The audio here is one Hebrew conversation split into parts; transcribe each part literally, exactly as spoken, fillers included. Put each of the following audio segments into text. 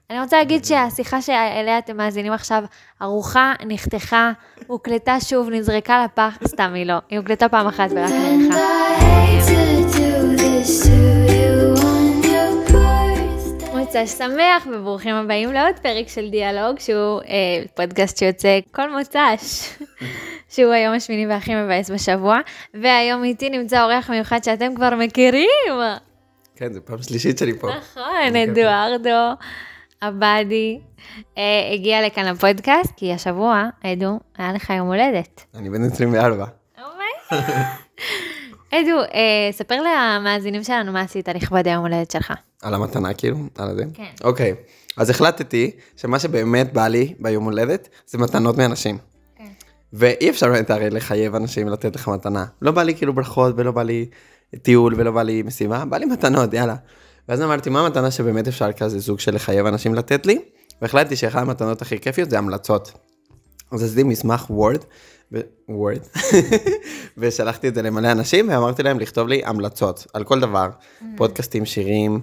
אני רוצה להגיד שהשיחה שאליה אתם מאזינים עכשיו, ארוחה, נחתכה, הוקלטה שוב, נזרקה לפח, סתם היא לא, היא הוקלטה פעם אחת ורק נערכה. מוצ"ש שמח וברוכים הבאים לעוד פרק של דיאלוג, שהוא אה, פודקאסט שיוצא כל מוצ"ש, שהוא היום השמיני והכי מבאס בשבוע, והיום איתי נמצא אורח מיוחד שאתם כבר מכירים. כן, זה פעם שלישית שלי פה. נכון, אדוארדו עבדי אה, הגיע לכאן לפודקאסט, כי השבוע, אדו, היה לך יום הולדת. אני בן עשרים וארבע. אומי. אדו, אה, ספר למאזינים שלנו מה עשית לכבוד היום הולדת שלך. על המתנה כאילו? על זה? כן. אוקיי, אז החלטתי שמה שבאמת בא לי ביום הולדת, זה מתנות מאנשים. כן. ואי אפשר באמת הרי לחייב אנשים לתת לך מתנה. לא בא לי כאילו ברכות ולא בא לי טיול ולא בא לי משימה, בא לי מתנות, יאללה. ואז אמרתי, מה המתנה שבאמת אפשר כזה זוג של לחייב אנשים לתת לי? והחלטתי שאחת המתנות הכי כיפיות זה המלצות. אז עשיתי מסמך וורד, וורד, ושלחתי את זה למלא אנשים, ואמרתי להם לכתוב לי המלצות על כל דבר. פודקאסטים, שירים,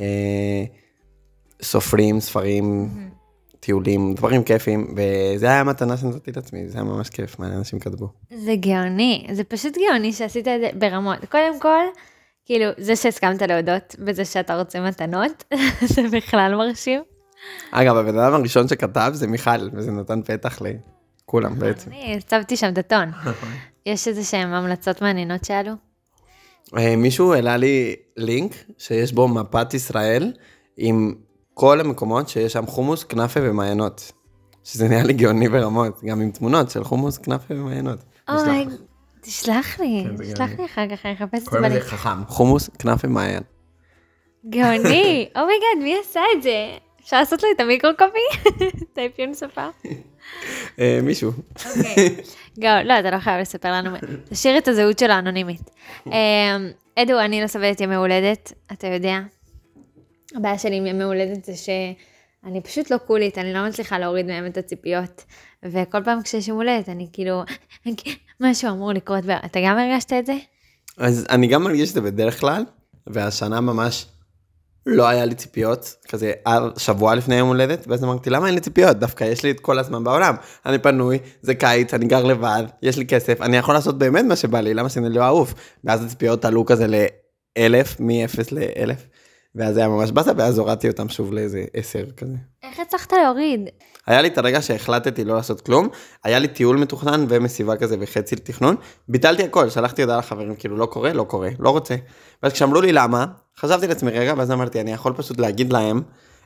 סופרים, ספרים, טיולים, דברים כיפים, וזה היה המתנה שנתתי לעצמי, זה היה ממש כיף, מה אנשים כתבו. זה גאוני, זה פשוט גאוני שעשית את זה ברמות. קודם כל, כאילו, זה שהסכמת להודות בזה שאתה רוצה מתנות, זה בכלל מרשים. אגב, הבן אדם הראשון שכתב זה מיכל, וזה נתן פתח לכולם בעצם. אני הצבתי שם דתון. יש איזה שהם המלצות מעניינות שעלו? מישהו העלה לי לינק שיש בו מפת ישראל, עם כל המקומות שיש שם חומוס, כנאפה ומעיינות. שזה נראה לי גאוני ברמות, גם עם תמונות של חומוס, כנאפה ומעיינות. אוי, תשלח לי, תשלח לי אחר כך, אני אחפש את זה. קוראים לזה חכם, חומוס, כנאפה ומעיין. גאוני, אומייגד, מי עשה את זה? אפשר לעשות לי את המיקרוקופי? את האפיון שפה? מישהו. אוקיי, גאון, לא, אתה לא חייב לספר לנו, תשאיר את הזהות שלו אנונימית. אדו, אני לא סבלת ימי הולדת, אתה יודע. הבעיה שלי עם ימי הולדת זה שאני פשוט לא קולית, אני לא מצליחה להוריד מהם את הציפיות, וכל פעם כשיש יום הולדת, אני כאילו, משהו אמור לקרות, אתה גם הרגשת את זה? אז אני גם מרגיש את זה בדרך כלל, והשנה ממש לא היה לי ציפיות, כזה שבוע לפני יום הולדת, ואז אמרתי, למה אין לי ציפיות? דווקא יש לי את כל הזמן בעולם, אני פנוי, זה קיץ, אני גר לבד, יש לי כסף, אני יכול לעשות באמת מה שבא לי, למה שאני לא אעוף? ואז הציפיות עלו כזה לאלף, מ-אפס לאלף, ואז זה היה ממש בסה, ואז הורדתי אותם שוב לאיזה עשר כזה. איך הצלחת להוריד? היה לי את הרגע שהחלטתי לא לעשות כלום, היה לי טיול מתוכנן ומסיבה כזה וחצי לתכנון, ביטלתי הכל, שלחתי הודעה לחברים, כאילו לא קורה, לא קורה, לא רוצה. ואז כשאמרו לי למה, חשבתי לעצמי רגע, ואז אמרתי, אני יכול פשוט להגיד להם,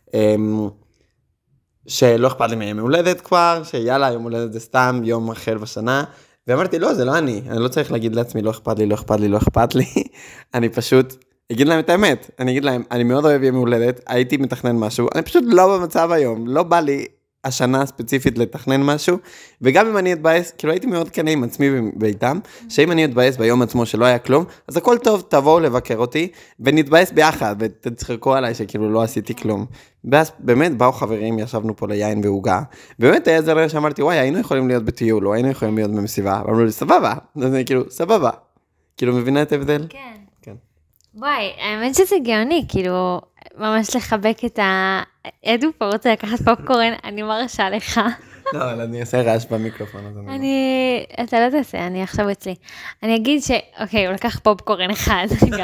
שלא אכפת לי מיום הולדת כבר, שיאללה, יום הולדת זה סתם יום אחר בשנה, ואמרתי, לא, זה לא אני, אני לא צריך להגיד לעצמי, לא אכפת לי, לא אכפת לי, לא אכפת לי, אני פשוט אגיד להם את האמת, אני אגיד להם, אני מאוד אוהב יום הולדת, הייתי מתכנן משהו, אני פשוט לא במצב היום, לא בא לי השנה ספציפית לתכנן משהו, וגם אם אני אתבאס, כאילו הייתי מאוד כנה עם עצמי ביתם, שאם אני אתבאס ביום עצמו שלא היה כלום, אז הכל טוב, תבואו לבקר אותי, ונתבאס ביחד, ותצחקו עליי שכאילו לא עשיתי כלום. ואז באמת באו חברים, ישבנו פה ליין והוגה, באמת היה זה רגע שאמרתי, וואי, היינו יכולים להיות בטיול, או היינו יכולים להיות במסיבה, ואמרו לי, סבבה, אז אני כאילו, סבבה. כאילו, מבינה את ההבדל? כן. כן. וואי, האמת שזה גאוני, כאילו, ממש לחבק את ה... אדו פה רוצה לקחת פופקורן, אני מרשה לך. לא, אבל אני אעשה רעש במיקרופון. אני... אתה לא תעשה, אני עכשיו אצלי. אני אגיד ש... אוקיי, הוא לקח פופקורן אחד, גיא.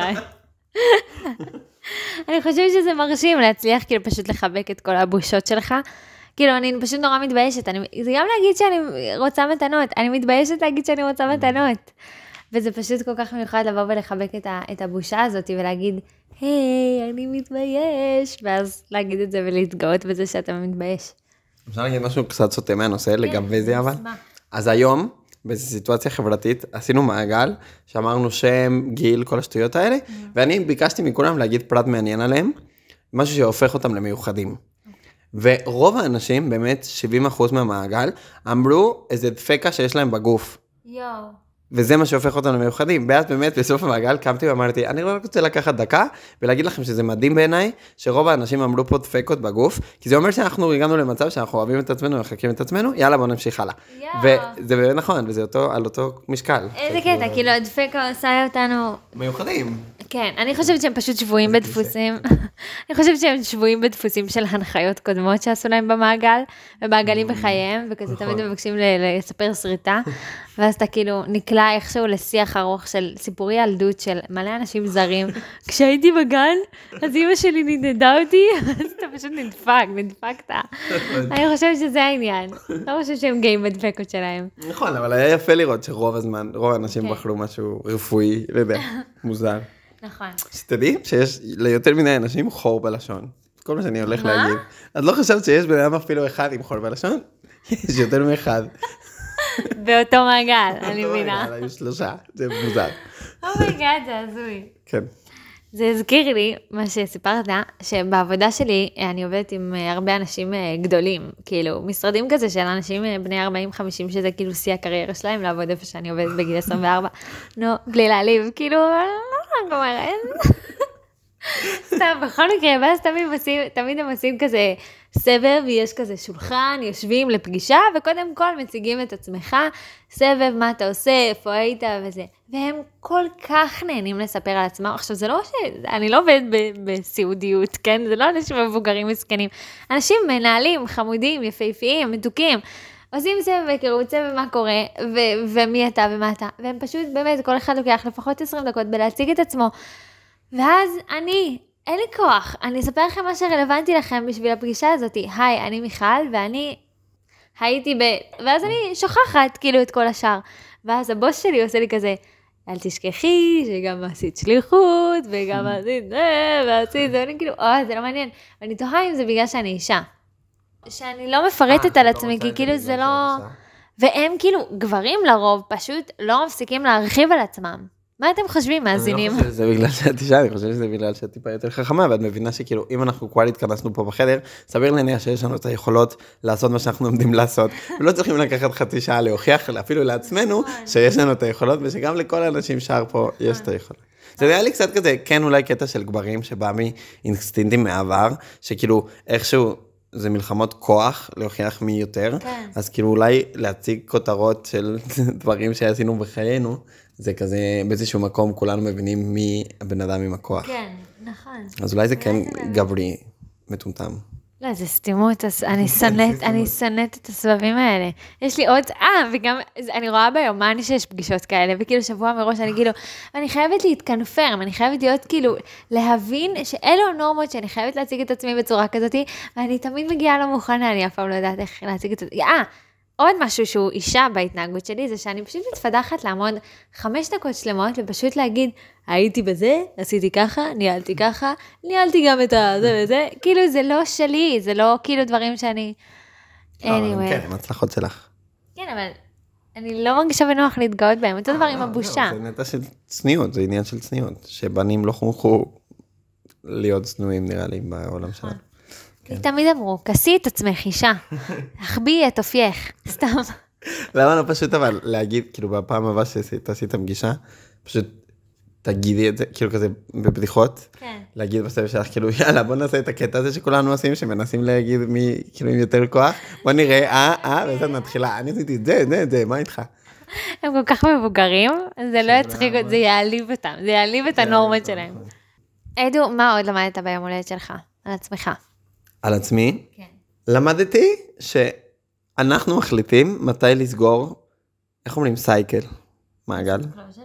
אני חושבת שזה מרשים להצליח, כאילו, פשוט לחבק את כל הבושות שלך. כאילו, אני פשוט נורא מתביישת. אני... זה גם להגיד שאני רוצה מתנות. אני מתביישת להגיד שאני רוצה מתנות. וזה פשוט כל כך מיוחד לבוא ולחבק את, ה, את הבושה הזאת ולהגיד, היי, אני מתבייש, ואז להגיד את זה ולהתגאות בזה שאתה מתבייש. אפשר להגיד משהו קצת סוטה מהנושא לגבי זה אבל? אז היום, באיזו סיטואציה חברתית, עשינו מעגל, שאמרנו שם, גיל, כל השטויות האלה, ואני ביקשתי מכולם להגיד פרט מעניין עליהם, משהו שהופך אותם למיוחדים. ורוב האנשים, באמת שבעים אחוז מהמעגל, אמרו איזה דפקה שיש להם בגוף. יואו. וזה מה שהופך אותנו מיוחדים. ואז באמת בסוף המעגל קמתי ואמרתי, אני רק רוצה לקחת דקה, ולהגיד לכם שזה מדהים בעיניי, שרוב האנשים אמרו פה דפקות בגוף, כי זה אומר שאנחנו הגענו למצב שאנחנו אוהבים את עצמנו, מחכים את עצמנו, יאללה בוא נמשיך הלאה. וזה באמת נכון, וזה אותו, על אותו משקל. איזה קטע, כאילו הדפקו עושה אותנו... מיוחדים. כן, אני חושבת שהם פשוט שבויים בדפוסים, אני חושבת שהם שבויים בדפוסים של הנחיות קודמות שעשו להם במעגל, ובעגלים בחייהם, וכזה תמיד מבקשים לספר סריטה, ואז אתה כאילו נקלע איכשהו לשיח ארוך של סיפורי ילדות של מלא אנשים זרים. כשהייתי בגן, אז אמא שלי נדדה אותי, אז אתה פשוט נדפק, נדפקת. אני חושבת שזה העניין. לא חושבת שהם גאים בדפקות שלהם. נכון, אבל היה יפה לראות שרוב הזמן, רוב האנשים בחרו משהו רפואי, לא יודע, מוזר. נכון. שתדעי שיש ליותר מדי אנשים חור בלשון. כל מה שאני הולך להגיד. את לא חושבת שיש בן אדם אפילו אחד עם חור בלשון? יש יותר מאחד. באותו מעגל, אני מבינה. היו שלושה, זה מוזר. אומייגאד, זה הזוי. כן. זה הזכיר לי, מה שסיפרת, שבעבודה שלי אני עובדת עם הרבה אנשים גדולים, כאילו משרדים כזה של אנשים בני ארבעים חמישים, שזה כאילו שיא הקריירה שלהם, לעבוד איפה שאני עובדת בגיל עשרים וארבע. נו, בלי להעליב, כאילו, לא כלומר, אין. סתם, בכל מקרה, ואז תמיד, עושים, תמיד הם עושים כזה סבב, יש כזה שולחן, יושבים לפגישה, וקודם כל מציגים את עצמך, סבב, מה אתה עושה, איפה היית וזה. והם כל כך נהנים לספר על עצמם. עכשיו, זה לא ש... אני לא עובדת בסיעודיות, כן? זה לא אנשים מבוגרים מסכנים. אנשים מנהלים, חמודים, יפהפיים, מתוקים. עושים סבב וכירות, סבב מה קורה, ו- ומי אתה ומה אתה. והם פשוט, באמת, כל אחד לוקח לפחות עשרים דקות בלהציג את עצמו. ואז אני, אין לי כוח, אני אספר לכם מה שרלוונטי לכם בשביל הפגישה הזאת. היי, אני מיכל, ואני הייתי ב... ואז אני שוכחת כאילו את כל השאר. ואז הבוס שלי עושה לי כזה, אל תשכחי שגם עשית שליחות, וגם עשית זה, ועשית זה, ואני כאילו, אה, זה לא מעניין. ואני תוהה אם זה בגלל שאני אישה. שאני לא מפרטת על עצמי, כי כאילו זה לא... והם כאילו, גברים לרוב, פשוט לא מפסיקים להרחיב על עצמם. מה אתם חושבים, מאזינים? אני לא חושב שזה בגלל שאת אישה, אני חושב שזה בגלל שאת טיפה יותר חכמה, ואת מבינה שכאילו, אם אנחנו כבר התכנסנו פה בחדר, סביר להניח שיש לנו את היכולות לעשות מה שאנחנו עומדים לעשות, ולא צריכים לקחת חצי שעה להוכיח, אפילו לעצמנו, שיש לנו את היכולות, ושגם לכל האנשים שער פה יש את היכולות. זה היה לי קצת כזה, כן אולי קטע של גברים, שבא מאינסטינקטים מעבר, שכאילו איכשהו זה מלחמות כוח, להוכיח מי יותר, אז כאילו אולי להציג כותרות של דברים שעשינו בחיינו, זה כזה, באיזשהו מקום כולנו מבינים מי הבן אדם עם הכוח. כן, נכון. אז אולי זה כן גברי מטומטם. לא, זה סתימות, אני שונאת, אני שונאת את הסבבים האלה. יש לי עוד, אה, וגם, אני רואה ביומן שיש פגישות כאלה, וכאילו שבוע מראש אני כאילו, אני חייבת להתקנפרם, אני חייבת להיות כאילו, להבין שאלו הנורמות שאני חייבת להציג את עצמי בצורה כזאת, ואני תמיד מגיעה לא מוכנה, אני אף פעם לא יודעת איך להציג את עצמי. אה, עוד משהו שהוא אישה בהתנהגות שלי, זה שאני פשוט מתפדחת לעמוד חמש דקות שלמות, ופשוט להגיד, הייתי בזה, עשיתי ככה, ניהלתי ככה, ניהלתי גם את הזה וזה, כאילו זה לא שלי, זה לא כאילו דברים שאני... anyway. כן, עם הצלחות שלך. כן, אבל אני לא מרגישה בנוח להתגאות בהם, אותו דבר עם הבושה. זה נטע של צניעות, זה עניין של צניעות, שבנים לא חונכו להיות צנועים נראה לי בעולם שלנו. לי תמיד אמרו, כסי את עצמך, אישה, החביאי את אופייך, סתם. למה לא פשוט אבל להגיד, כאילו בפעם הבאה שתעשי את הפגישה, פשוט תגידי את זה, כאילו כזה בבדיחות, להגיד בסבב שלך, כאילו יאללה בוא נעשה את הקטע הזה שכולנו עושים, שמנסים להגיד מי כאילו עם יותר כוח, בוא נראה, אה, אה, ואז נתחילה, אני עשיתי את זה, את זה, את זה, מה איתך? הם כל כך מבוגרים, זה לא יצחיק, זה יעליב אותם, זה יעליב את הנורמות שלהם. עדו, מה עוד למדת ביום הולדת שלך, על עצמך? על עצמי? כן. למדתי שאנחנו מחליטים מתי לסגור, איך אומרים, סייקל, מעגל.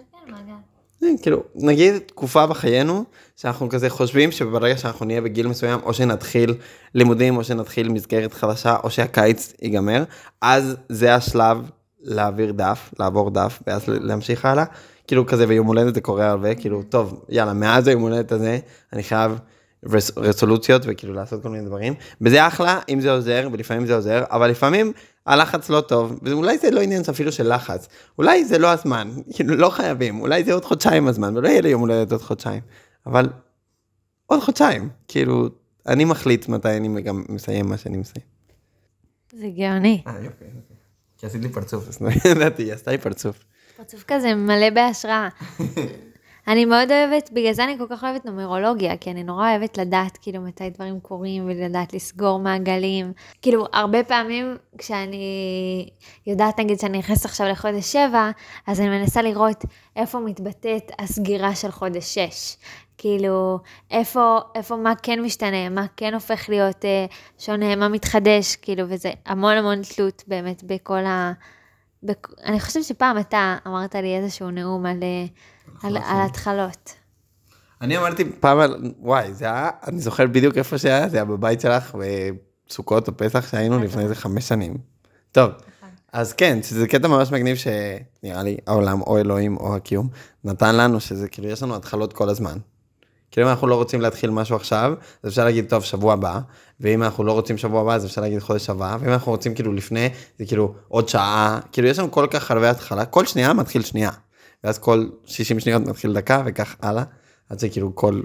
כאילו, נגיד תקופה בחיינו, שאנחנו כזה חושבים שברגע שאנחנו נהיה בגיל מסוים, או שנתחיל לימודים, או שנתחיל מסגרת חדשה, או שהקיץ ייגמר, אז זה השלב להעביר דף, לעבור דף, ואז להמשיך הלאה. כאילו כזה, ויום הולדת זה קורה הרבה, כאילו, טוב, יאללה, מאז היום הולדת הזה, אני חייב רסולוציות, וכאילו לעשות כל מיני דברים. וזה אחלה, אם זה עוזר, ולפעמים זה עוזר, אבל לפעמים הלחץ לא טוב, ואולי זה לא עניין אפילו של לחץ, אולי זה לא הזמן, כאילו לא חייבים, אולי זה עוד חודשיים הזמן, ולא יהיה לי יום הולדת עוד חודשיים, אבל עוד חודשיים, כאילו, אני מחליט מתי אני גם מסיים מה שאני מסיים. זה גאוני. אה, יופי, כי עשית לי פרצוף, אז לא ידעתי, היא עשתה לי פרצוף. פרצוף כזה מלא בהשראה. אני מאוד אוהבת, בגלל זה אני כל כך אוהבת נומרולוגיה, כי אני נורא אוהבת לדעת כאילו מתי דברים קורים, ולדעת לסגור מעגלים. כאילו, הרבה פעמים כשאני יודעת, נגיד, שאני נכנסת עכשיו לחודש שבע, אז אני מנסה לראות איפה מתבטאת הסגירה של חודש שש. כאילו, איפה, איפה מה כן משתנה, מה כן הופך להיות אה, שונה, מה מתחדש, כאילו, וזה המון המון תלות באמת בכל ה... בכ... אני חושבת שפעם אתה אמרת לי איזשהו נאום על... על, על התחלות. אני אמרתי פעם על, וואי, זה היה, אני זוכר בדיוק איפה שהיה, זה היה בבית שלך, בסוכות או פסח שהיינו לפני איזה חמש שנים. טוב, אז כן, שזה קטע ממש מגניב שנראה לי העולם או אלוהים או הקיום, נתן לנו שזה כאילו יש לנו התחלות כל הזמן. כאילו אם אנחנו לא רוצים להתחיל משהו עכשיו, אז אפשר להגיד טוב שבוע הבא, ואם אנחנו לא רוצים שבוע הבא, אז אפשר להגיד חודש הבא, ואם אנחנו רוצים כאילו לפני, זה כאילו עוד שעה, כאילו יש לנו כל כך הרבה התחלה, כל שנייה מתחיל שנייה. ואז כל שישים שניות מתחיל דקה, וכך הלאה. אז זה כאילו כל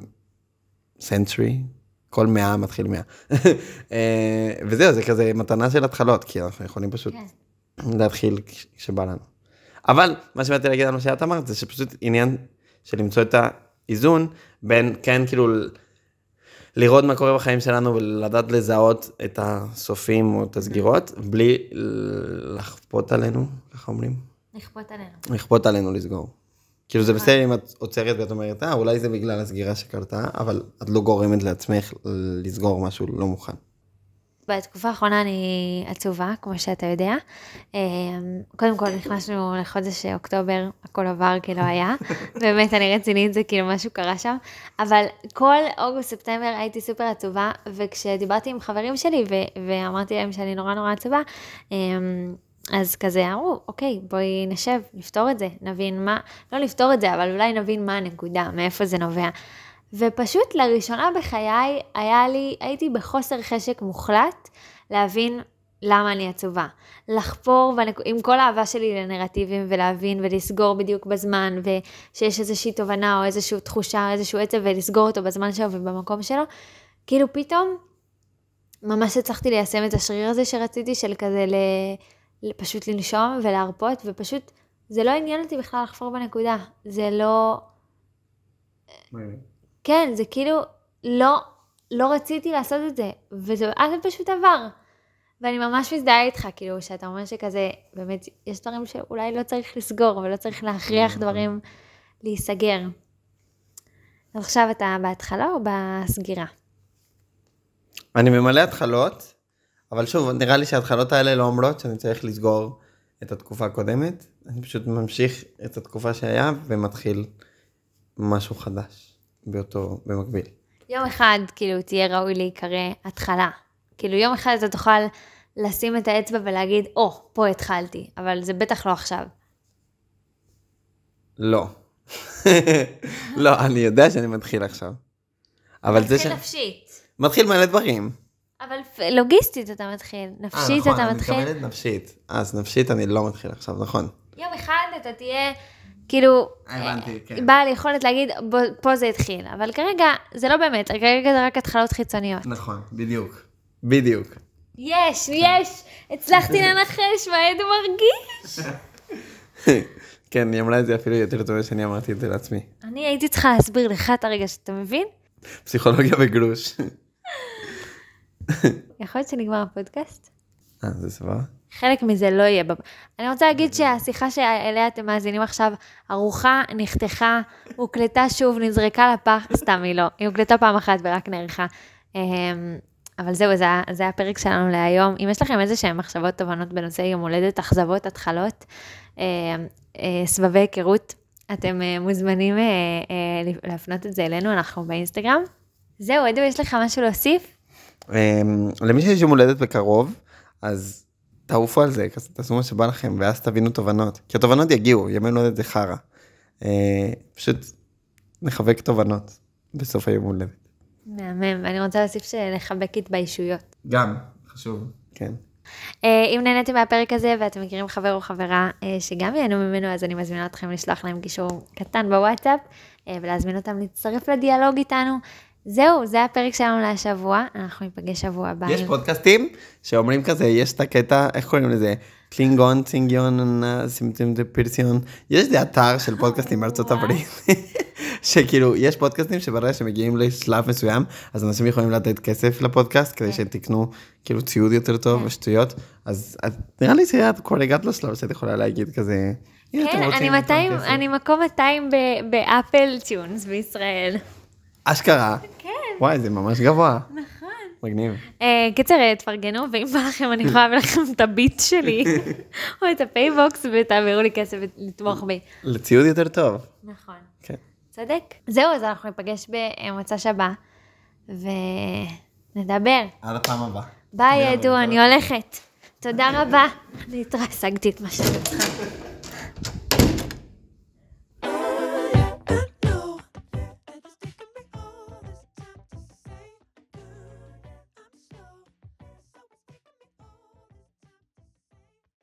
סנצ'רי, כל מאה מתחיל מאה. וזהו, זה כזה מתנה של התחלות, כי אנחנו יכולים פשוט להתחיל כשבא לנו. אבל מה שבאתי להגיד לנו שאת אמרת, זה שפשוט עניין של למצוא את האיזון, בין כן כאילו לראות מה קורה בחיים שלנו, ולדעת לזהות את הסופים או את הסגירות, בלי לחפות עלינו, איך אומרים? לכפות עלינו. לכפות עלינו לסגור. כאילו זה בסדר אם את עוצרת ואת אומרת, אה, אולי זה בגלל הסגירה שקרתה, אבל את לא גורמת לעצמך לסגור משהו לא מוכן. בתקופה האחרונה אני עצובה, כמו שאתה יודע. קודם כל נכנסנו לחודש אוקטובר, הכל עבר כאילו היה. באמת, אני רצינית, זה כאילו משהו קרה שם. אבל כל אוגוסט, ספטמבר הייתי סופר עצובה, וכשדיברתי עם חברים שלי, ואמרתי להם שאני נורא נורא עצובה, אז כזה אמרו, אוקיי, בואי נשב, נפתור את זה, נבין מה, לא לפתור את זה, אבל אולי נבין מה הנקודה, מאיפה זה נובע. ופשוט לראשונה בחיי היה לי, הייתי בחוסר חשק מוחלט להבין למה אני עצובה. לחפור בנק... עם כל האהבה שלי לנרטיבים ולהבין ולסגור בדיוק בזמן, ושיש איזושהי תובנה או איזושהי תחושה או איזשהו עצב ולסגור אותו בזמן שלו ובמקום שלו, כאילו פתאום ממש הצלחתי ליישם את השריר הזה שרציתי של כזה ל... פשוט לנשום ולהרפות, ופשוט זה לא עניין אותי בכלל לחפור בנקודה. זה לא... כן, זה כאילו לא, לא רציתי לעשות את זה, וזה אז זה פשוט עבר. ואני ממש מזדהה איתך, כאילו, שאתה אומר שכזה, באמת, יש דברים שאולי לא צריך לסגור, ולא צריך להכריח דברים להיסגר. אז עכשיו אתה בהתחלה או בסגירה? אני ממלא התחלות, אבל שוב, נראה לי שההתחלות האלה לא אומרות שאני צריך לסגור את התקופה הקודמת, אני פשוט ממשיך את התקופה שהיה ומתחיל משהו חדש באותו, במקביל. יום אחד כאילו תהיה ראוי להיקרא התחלה. כאילו יום אחד אתה תוכל לשים את האצבע ולהגיד, או, oh, פה התחלתי, אבל זה בטח לא עכשיו. לא. לא, אני יודע שאני מתחיל עכשיו. מתחיל ש... נפשית. מתחיל מלא דברים. אבל לוגיסטית אתה מתחיל, נפשית 아, נכון, אתה מתחיל. אני מתכוונת נפשית. אז נפשית אני לא מתחיל עכשיו, נכון. יום אחד אתה תהיה, כאילו, הבנתי, כן. בעל יכולת להגיד, בוא, פה זה התחיל. אבל כרגע זה לא באמת, כרגע זה רק התחלות חיצוניות. נכון, בדיוק. בדיוק. יש, יש, הצלחתי לנחש מה עד מרגיש. כן, היא אמרה את זה אפילו יותר טוב שאני אמרתי את זה לעצמי. אני הייתי צריכה להסביר לך את הרגע שאתה מבין? פסיכולוגיה וגרוש. יכול להיות שנגמר הפודקאסט? אה, זה סבבה? חלק מזה לא יהיה. אני רוצה להגיד שהשיחה שאליה אתם מאזינים עכשיו, ארוחה, נחתכה, הוקלטה שוב, נזרקה לפח, סתם היא לא. היא הוקלטה פעם אחת ורק נערכה. אבל זהו, זה, זה הפרק שלנו להיום. אם יש לכם איזה שהם מחשבות תובנות בנושא יום הולדת, אכזבות, התחלות, סבבי היכרות, אתם מוזמנים להפנות את זה אלינו, אנחנו באינסטגרם. זהו, עדו, יש לך משהו להוסיף? למי שיש יום הולדת בקרוב, אז תעופו על זה, תעשו מה שבא לכם, ואז תבינו תובנות. כי התובנות יגיעו, יום הולדת זה חרה. פשוט נחבק תובנות בסוף היום הולדת. מהמם, ואני רוצה להוסיף שלחבק התביישויות. גם, חשוב, כן. אם נהניתם מהפרק הזה ואתם מכירים חבר או חברה שגם ייהנו ממנו, אז אני מזמינה אתכם לשלוח להם קישור קטן בוואטסאפ, ולהזמין אותם להצטרף לדיאלוג איתנו. זהו, זה הפרק שלנו להשבוע, אנחנו ניפגש שבוע הבא. יש פודקאסטים שאומרים כזה, יש את הקטע, איך קוראים לזה? קלינגון, צינגיון, סימטים פירסיון. יש איזה אתר של פודקאסטים בארצות הברית, שכאילו, יש פודקאסטים שברגע שמגיעים לשלב מסוים, אז אנשים יכולים לתת כסף לפודקאסט, כדי שתקנו כאילו ציוד יותר טוב ושטויות, אז נראה לי שאת כבר הגעת לשלב שאת יכולה להגיד כזה, כן, אני מקום מאתיים באפל טיונס בישראל. אשכרה? כן. וואי, זה ממש גבוה. נכון. מגניב. קיצר, תפרגנו, ואם בא לכם, אני יכולה להביא לכם את הביט שלי, או את הפייבוקס, ותעבירו לי כסף לתמוך בי. לציוד יותר טוב. נכון. כן. צדק. זהו, אז אנחנו ניפגש במוצא שבה, ונדבר. עד הפעם הבאה. ביי, ידו, אני הולכת. תודה רבה. אני התרסגתי את מה שאני צריכה.